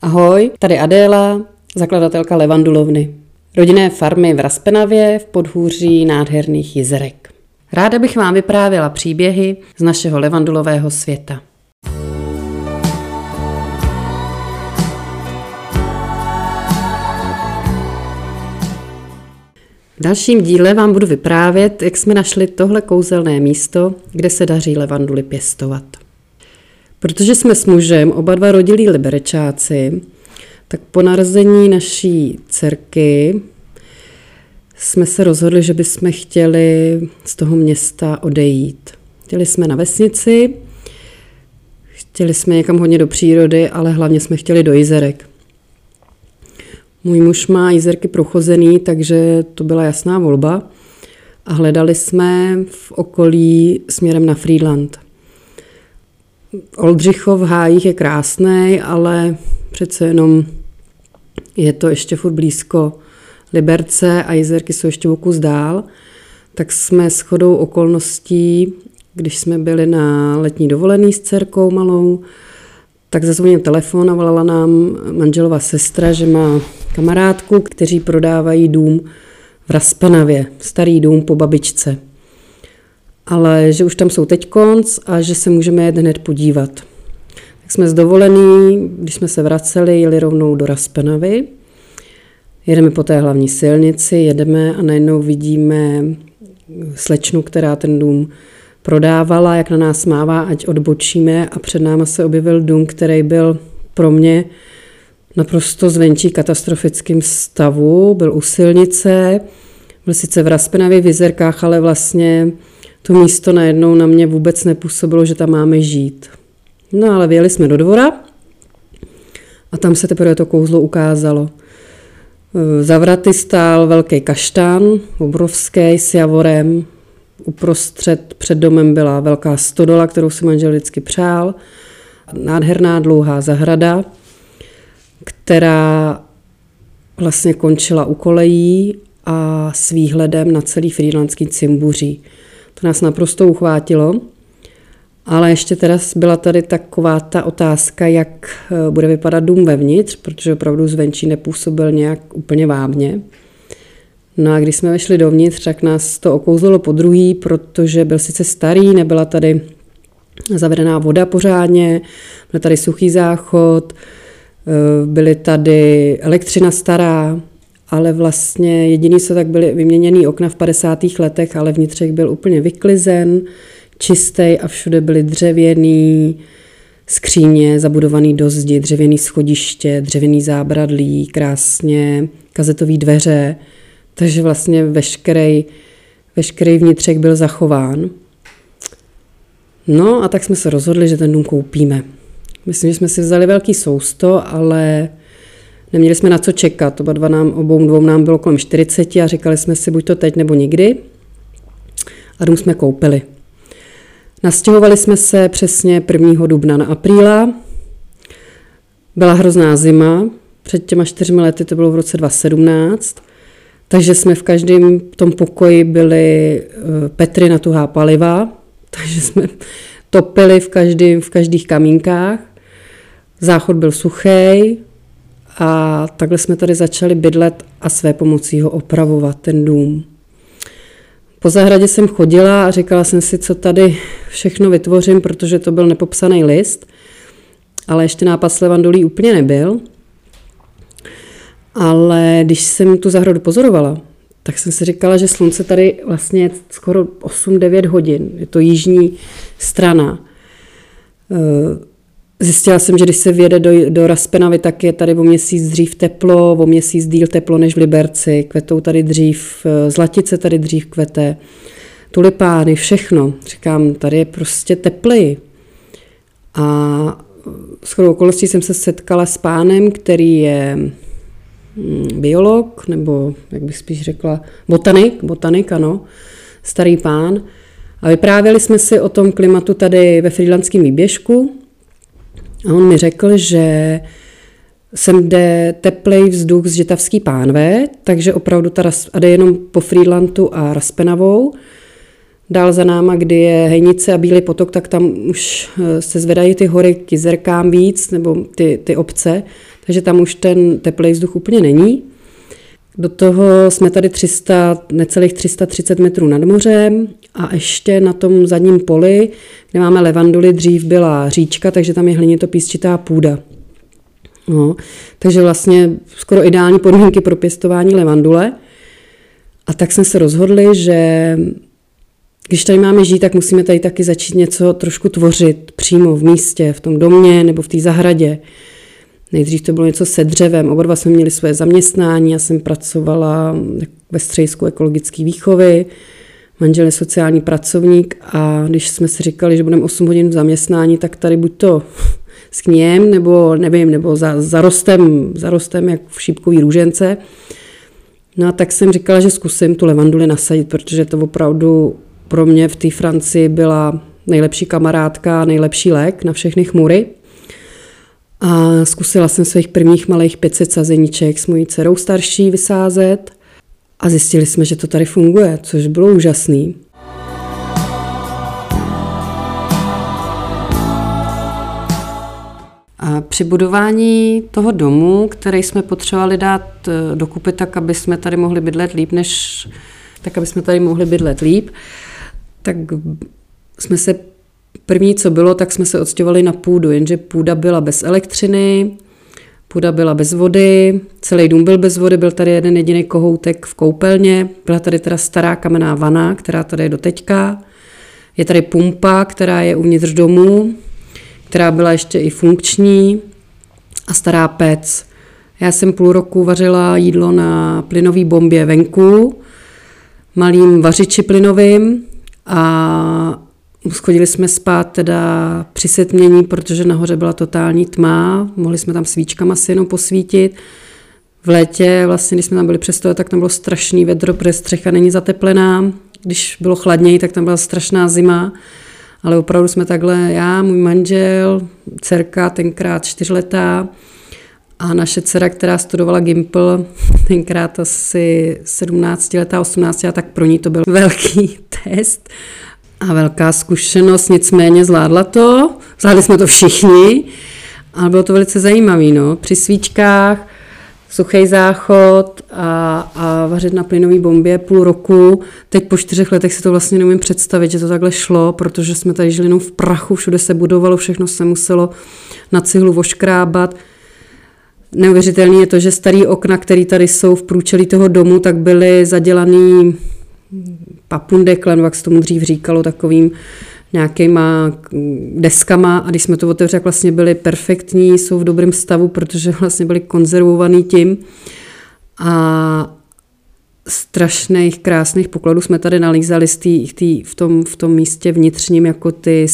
Ahoj, tady Adéla, zakladatelka levandulovny. Rodinné farmy v Raspenavě v podhůří nádherných jezerek. Ráda bych vám vyprávěla příběhy z našeho levandulového světa. V dalším díle vám budu vyprávět, jak jsme našli tohle kouzelné místo, kde se daří levanduly pěstovat. Protože jsme s mužem oba dva rodilí liberečáci, tak po narození naší dcerky jsme se rozhodli, že bychom chtěli z toho města odejít. Chtěli jsme na vesnici, chtěli jsme někam hodně do přírody, ale hlavně jsme chtěli do jezerek. Můj muž má jezerky prochozený, takže to byla jasná volba a hledali jsme v okolí směrem na Frýdlant. Oldřichov v Hájích je krásný, ale přece jenom je to ještě furt blízko Liberce a jezerky jsou ještě o kus dál, tak jsme shodou okolností, když jsme byli na letní dovolený s dcerkou malou, tak zazvonil telefon a volala nám manželova sestra, že má kamarádku, kteří prodávají dům v Raspenavě, starý dům po babičce. Ale že už tam jsou teď konc a že se můžeme jet hned podívat. Tak jsme z dovolený, když jsme se vraceli, jeli rovnou do Raspenavy. Jedeme po té hlavní silnici, jedeme a najednou vidíme slečnu, která ten dům prodávala, jak na nás mává, ať odbočíme, a před náma se objevil dům, který byl pro mě naprosto zvenčí katastrofickém stavu. Byl u silnice, byl sice v Raspenavě v jezerkách, ale vlastně to místo najednou na mě vůbec nepůsobilo, že tam máme žít. No ale vyjeli jsme do dvora a tam se teprve to kouzlo ukázalo. Za vraty stál velký kaštán, obrovský, s javorem. Uprostřed před domem byla velká stodola, kterou si manžel vždycky přál. Nádherná dlouhá zahrada, která vlastně končila u kolejí a s výhledem na celý frýdlantský Cimbuří. To nás naprosto uchvátilo, ale ještě teda byla tady taková ta otázka, jak bude vypadat dům vevnitř, protože opravdu zvenčí nepůsobil nějak úplně vábně. No a když jsme vešli dovnitř, tak nás to okouzlo podruhý, protože byl sice starý, nebyla tady zavedená voda pořádně, byl tady suchý záchod, byly tady elektřina stará, ale vlastně jediný, co tak byly vyměněný okna v 50. letech, ale vnitřek byl úplně vyklizen, čistý a všude byly dřevěný skříně, zabudovaný do zdi, dřevěný schodiště, dřevěný zábradlí, krásně kazetový dveře, takže vlastně veškerý vnitřek byl zachován. No a tak jsme se rozhodli, že ten dům koupíme. Myslím, že jsme si vzali velký sousto, ale neměli jsme na co čekat. Obou dvou nám bylo kolem 40 a říkali jsme si buď to teď nebo nikdy. A dům jsme koupili. Nastěhovali jsme se přesně 1. dubna na apríla. Byla hrozná zima. Před těma 4 lety, to bylo v roce 2017. Takže jsme v každém tom pokoji byli Petry na tuhá paliva. Takže jsme topili v každých kamínkách. Záchod byl suchý. A takhle jsme tady začali bydlet a své pomocí ho opravovat, ten dům. Po zahradě jsem chodila a říkala jsem si, co tady všechno vytvořím, protože to byl nepopsaný list, ale ještě nápad levandulí úplně nebyl. Ale když jsem tu zahradu pozorovala, tak jsem si říkala, že slunce tady vlastně je skoro 8-9 hodin. Je to jižní strana. Zjistila jsem, že když se vjede do Raspenavy, tak je tady o měsíc dřív teplo, o měsíc díl teplo než v Liberci. Kvetou tady dřív, zlatice tady dřív kvete, tulipány, všechno. Říkám, tady je prostě tepleji. A shodou okolností jsem se setkala s pánem, který je biolog, nebo jak bych spíš řekla, botanik, ano, starý pán. A vyprávěli jsme si o tom klimatu tady ve frýdlantském výběžku. A on mi řekl, že sem jde teplej vzduch z Žitavský pánve, takže opravdu a jde jenom po Frýdlantu a Raspenavou. Dál za náma, kdy je Hejnice a Bílý potok, tak tam už se zvedají ty hory k jezerkám víc, nebo ty obce. takže tam už ten teplej vzduch úplně není. Do toho jsme tady necelých 330 metrů nad mořem a ještě na tom zadním poli, kde máme levanduly, dřív byla říčka, takže tam je hlinitopísčitá půda. No, takže vlastně skoro ideální podmínky pro pěstování levandule. A tak jsme se rozhodli, že když tady máme žít, tak musíme tady taky začít něco trošku tvořit přímo v místě, v tom domě nebo v té zahradě. Nejdřív to bylo něco se dřevem, oba dva jsme měli své zaměstnání, já jsem pracovala ve středisku ekologické výchovy, manžel je sociální pracovník a když jsme si říkali, že budeme 8 hodin v zaměstnání, tak tady buď to skněm, nebo nevím, nebo zarostem jak v šípkový růžence. No a tak jsem říkala, že zkusím tu levanduli nasadit, protože to opravdu pro mě v té Francii byla nejlepší kamarádka, nejlepší lék na všechny chmury. A zkusila jsem svých prvních malých 500 sazeníček s mojí dcerou starší vysázet a zjistili jsme, že to tady funguje, což bylo úžasný. A při budování toho domu, který jsme potřebovali dát dokupy tak, aby jsme tady mohli bydlet líp, tak jsme se první, co bylo, tak jsme se odstěhovali na půdu, jenže půda byla bez elektřiny, půda byla bez vody, celý dům byl bez vody, byl tady jeden jediný kohoutek v koupelně, byla tady teda stará kamenná vana, která tady je doteďka, je tady pumpa, která je uvnitř domu, která byla ještě i funkční a stará pec. Já jsem půl roku vařila jídlo na plynové bombě venku, malým vařiči plynovým a chodili jsme spát teda při setmění, protože nahoře byla totální tma, mohli jsme tam svíčkama si jenom posvítit. V létě, vlastně, když jsme tam byli přes to, tak tam bylo strašný vedro, protože střecha není zateplená. Když bylo chladněji, tak tam byla strašná zima. Ale opravdu jsme takhle, já, můj manžel, dcerka, tenkrát 4letá a naše dcera, která studovala Gimpl, tenkrát asi 17letá, 18, tak pro ní to byl velký test a velká zkušenost, nicméně zvládli jsme to všichni, ale bylo to velice zajímavé, no. Při svíčkách, suchý záchod a vařit na plynové bombě půl roku. Teď po 4 letech si to vlastně neumím představit, že to takhle šlo, protože jsme tady žili jenom v prachu, všude se budovalo, všechno se muselo na cihlu voškrábat. Neuvěřitelné je to, že starý okna, které tady jsou v průčelí toho domu, tak byly zadělaný papundeklem, jak se tomu dřív říkalo, takovým nějakýma deskama a když jsme to otevřeli, vlastně byly perfektní, jsou v dobrém stavu, protože vlastně byly konzervovaný tím a strašných krásných pokladů jsme tady nalízali v tom místě vnitřním jako ty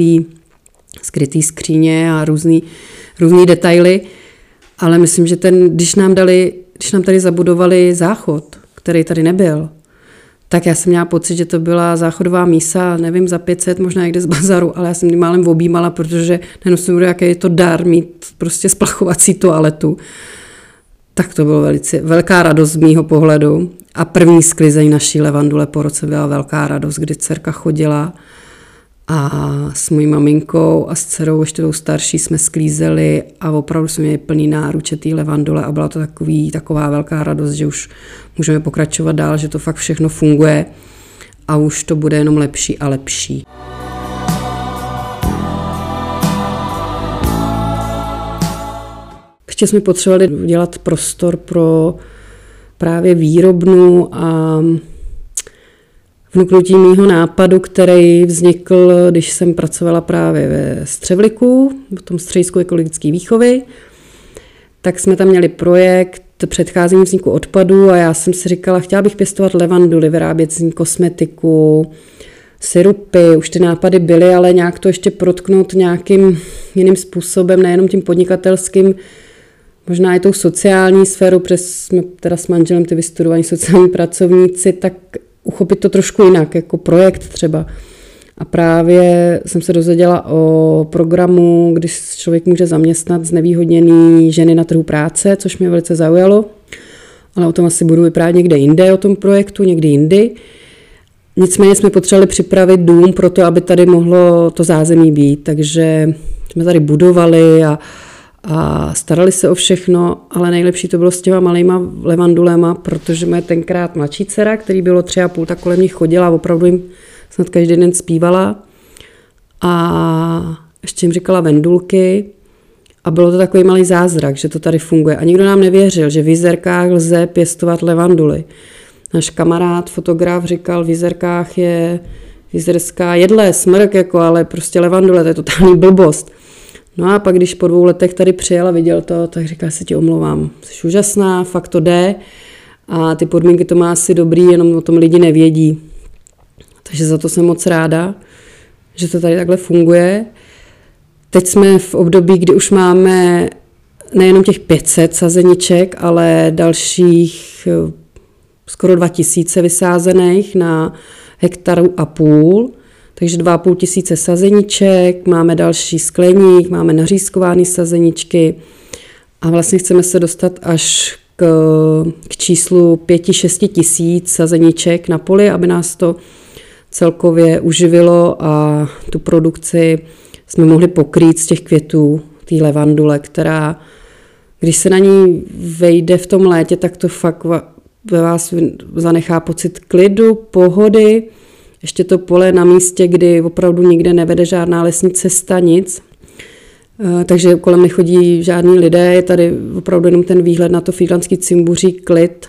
skrytý skříně a různý detaily, ale myslím, že když nám tady zabudovali záchod, který tady nebyl, tak já jsem měla pocit, že to byla záchodová mísa, nevím, za 500, možná někde z bazaru, ale já jsem ji málem objímala, protože nejenom jsem uvědomila, jaký je to dar mít prostě splachovací toaletu. Tak to bylo velká radost z mýho pohledu. A první sklizeň naší levandule po roce byla velká radost, kdy dcerka chodila a s mojí maminkou a s dcerou ještě tou starší jsme sklízeli a opravdu jsme měli plný náruče té levandule a byla to taková velká radost, že už můžeme pokračovat dál, že to fakt všechno funguje a už to bude jenom lepší a lepší. Ještě jsme potřebovali udělat prostor pro právě výrobnu a vnuknutí mýho nápadu, který vznikl, když jsem pracovala právě ve Střevliku, v tom středisku ekologické výchovy, tak jsme tam měli projekt předcházení vzniku odpadů a já jsem si říkala, chtěla bych pěstovat levanduly, vyrábět z ní kosmetiku, sirupy, už ty nápady byly, ale nějak to ještě protknout nějakým jiným způsobem, nejenom tím podnikatelským, možná i tou sociální sféru, protože jsme teda s manželem ty vystudovaní sociální pracovníci, tak uchopit to trošku jinak, jako projekt třeba. A právě jsem se dozvěděla o programu, když člověk může zaměstnat znevýhodněný ženy na trhu práce, což mě velice zaujalo, ale o tom asi budu vyprávět někde jinde, o tom projektu, někdy jindy. Nicméně jsme potřebovali připravit dům pro to, aby tady mohlo to zázemí být, takže jsme tady budovali a starali se o všechno, ale nejlepší to bylo s těma malejma levandulema, protože moje tenkrát mladší dcera, který bylo 3,5, tak kolem nich chodila a opravdu jim snad každý den zpívala a ještě jim říkala vendulky a bylo to takový malý zázrak, že to tady funguje. A nikdo nám nevěřil, že v Jizerkách lze pěstovat levanduly. Náš kamarád, fotograf, říkal, v Jizerkách je jizerská jedle, smrk, jako, ale prostě levandule, to je totální blbost. No a pak, když po 2 letech tady přijel a viděl to, tak říkal, si ti omlouvám, jsi úžasná, fakt to jde a ty podmínky to má asi dobrý, jenom o tom lidi nevědí. Takže za to jsem moc ráda, že to tady takhle funguje. Teď jsme v období, kdy už máme nejenom těch 500 sazeniček, ale dalších skoro 2000 vysázených na 1,5 hektaru. Takže 2,5 tisíce sazeniček, máme další skleník, máme nařízkované sazeničky a vlastně chceme se dostat až k číslu 5-6 tisíc sazeniček na poli, aby nás to celkově uživilo a tu produkci jsme mohli pokrýt z těch květů, té levandule, která, když se na ní vejde v tom létě, tak to fakt ve vás zanechá pocit klidu, pohody. Ještě to pole na místě, kdy opravdu nikde nevede žádná lesní cesta, nic. Takže kolem nechodí žádní lidé, je tady opravdu jenom ten výhled na to Frýdlantský Cimbuří, klid.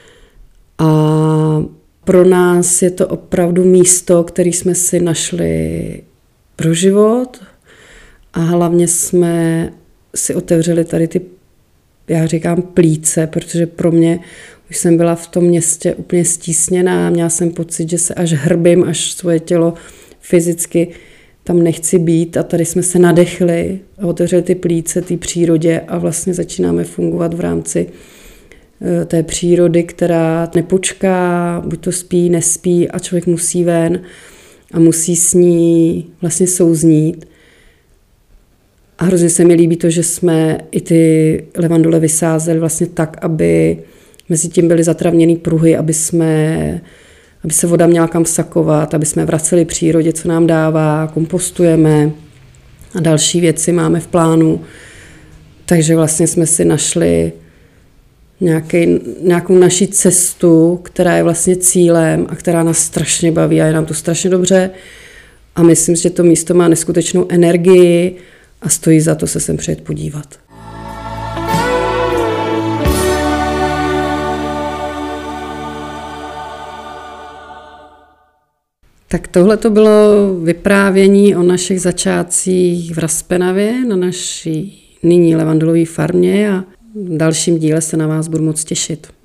A pro nás je to opravdu místo, které jsme si našli pro život a hlavně jsme si otevřeli tady ty, já říkám, plíce, protože pro mě už jsem byla v tom městě úplně stísněná, měla jsem pocit, že se až hrbím, až svoje tělo fyzicky tam nechci být a tady jsme se nadechli a otevřeli ty plíce té přírodě a vlastně začínáme fungovat v rámci té přírody, která nepočká, buď to spí, nespí a člověk musí ven a musí s ní vlastně souznít. A hrozně se mi líbí to, že jsme i ty levandule vysázeli vlastně tak, aby mezi tím byly zatravněný pruhy, aby se voda měla kam vsakovat, aby jsme vraceli přírodě, co nám dává, kompostujeme a další věci máme v Takže vlastně jsme si našli nějakou naši cestu, která je vlastně cílem a která nás strašně baví a je nám to strašně dobře. A myslím, že to místo má neskutečnou energii a stojí za to se sem přijet podívat. Tak tohle to bylo vyprávění o našich začátcích v Raspenavě na naší nyní levandulové farmě a v dalším díle se na vás budu moc těšit.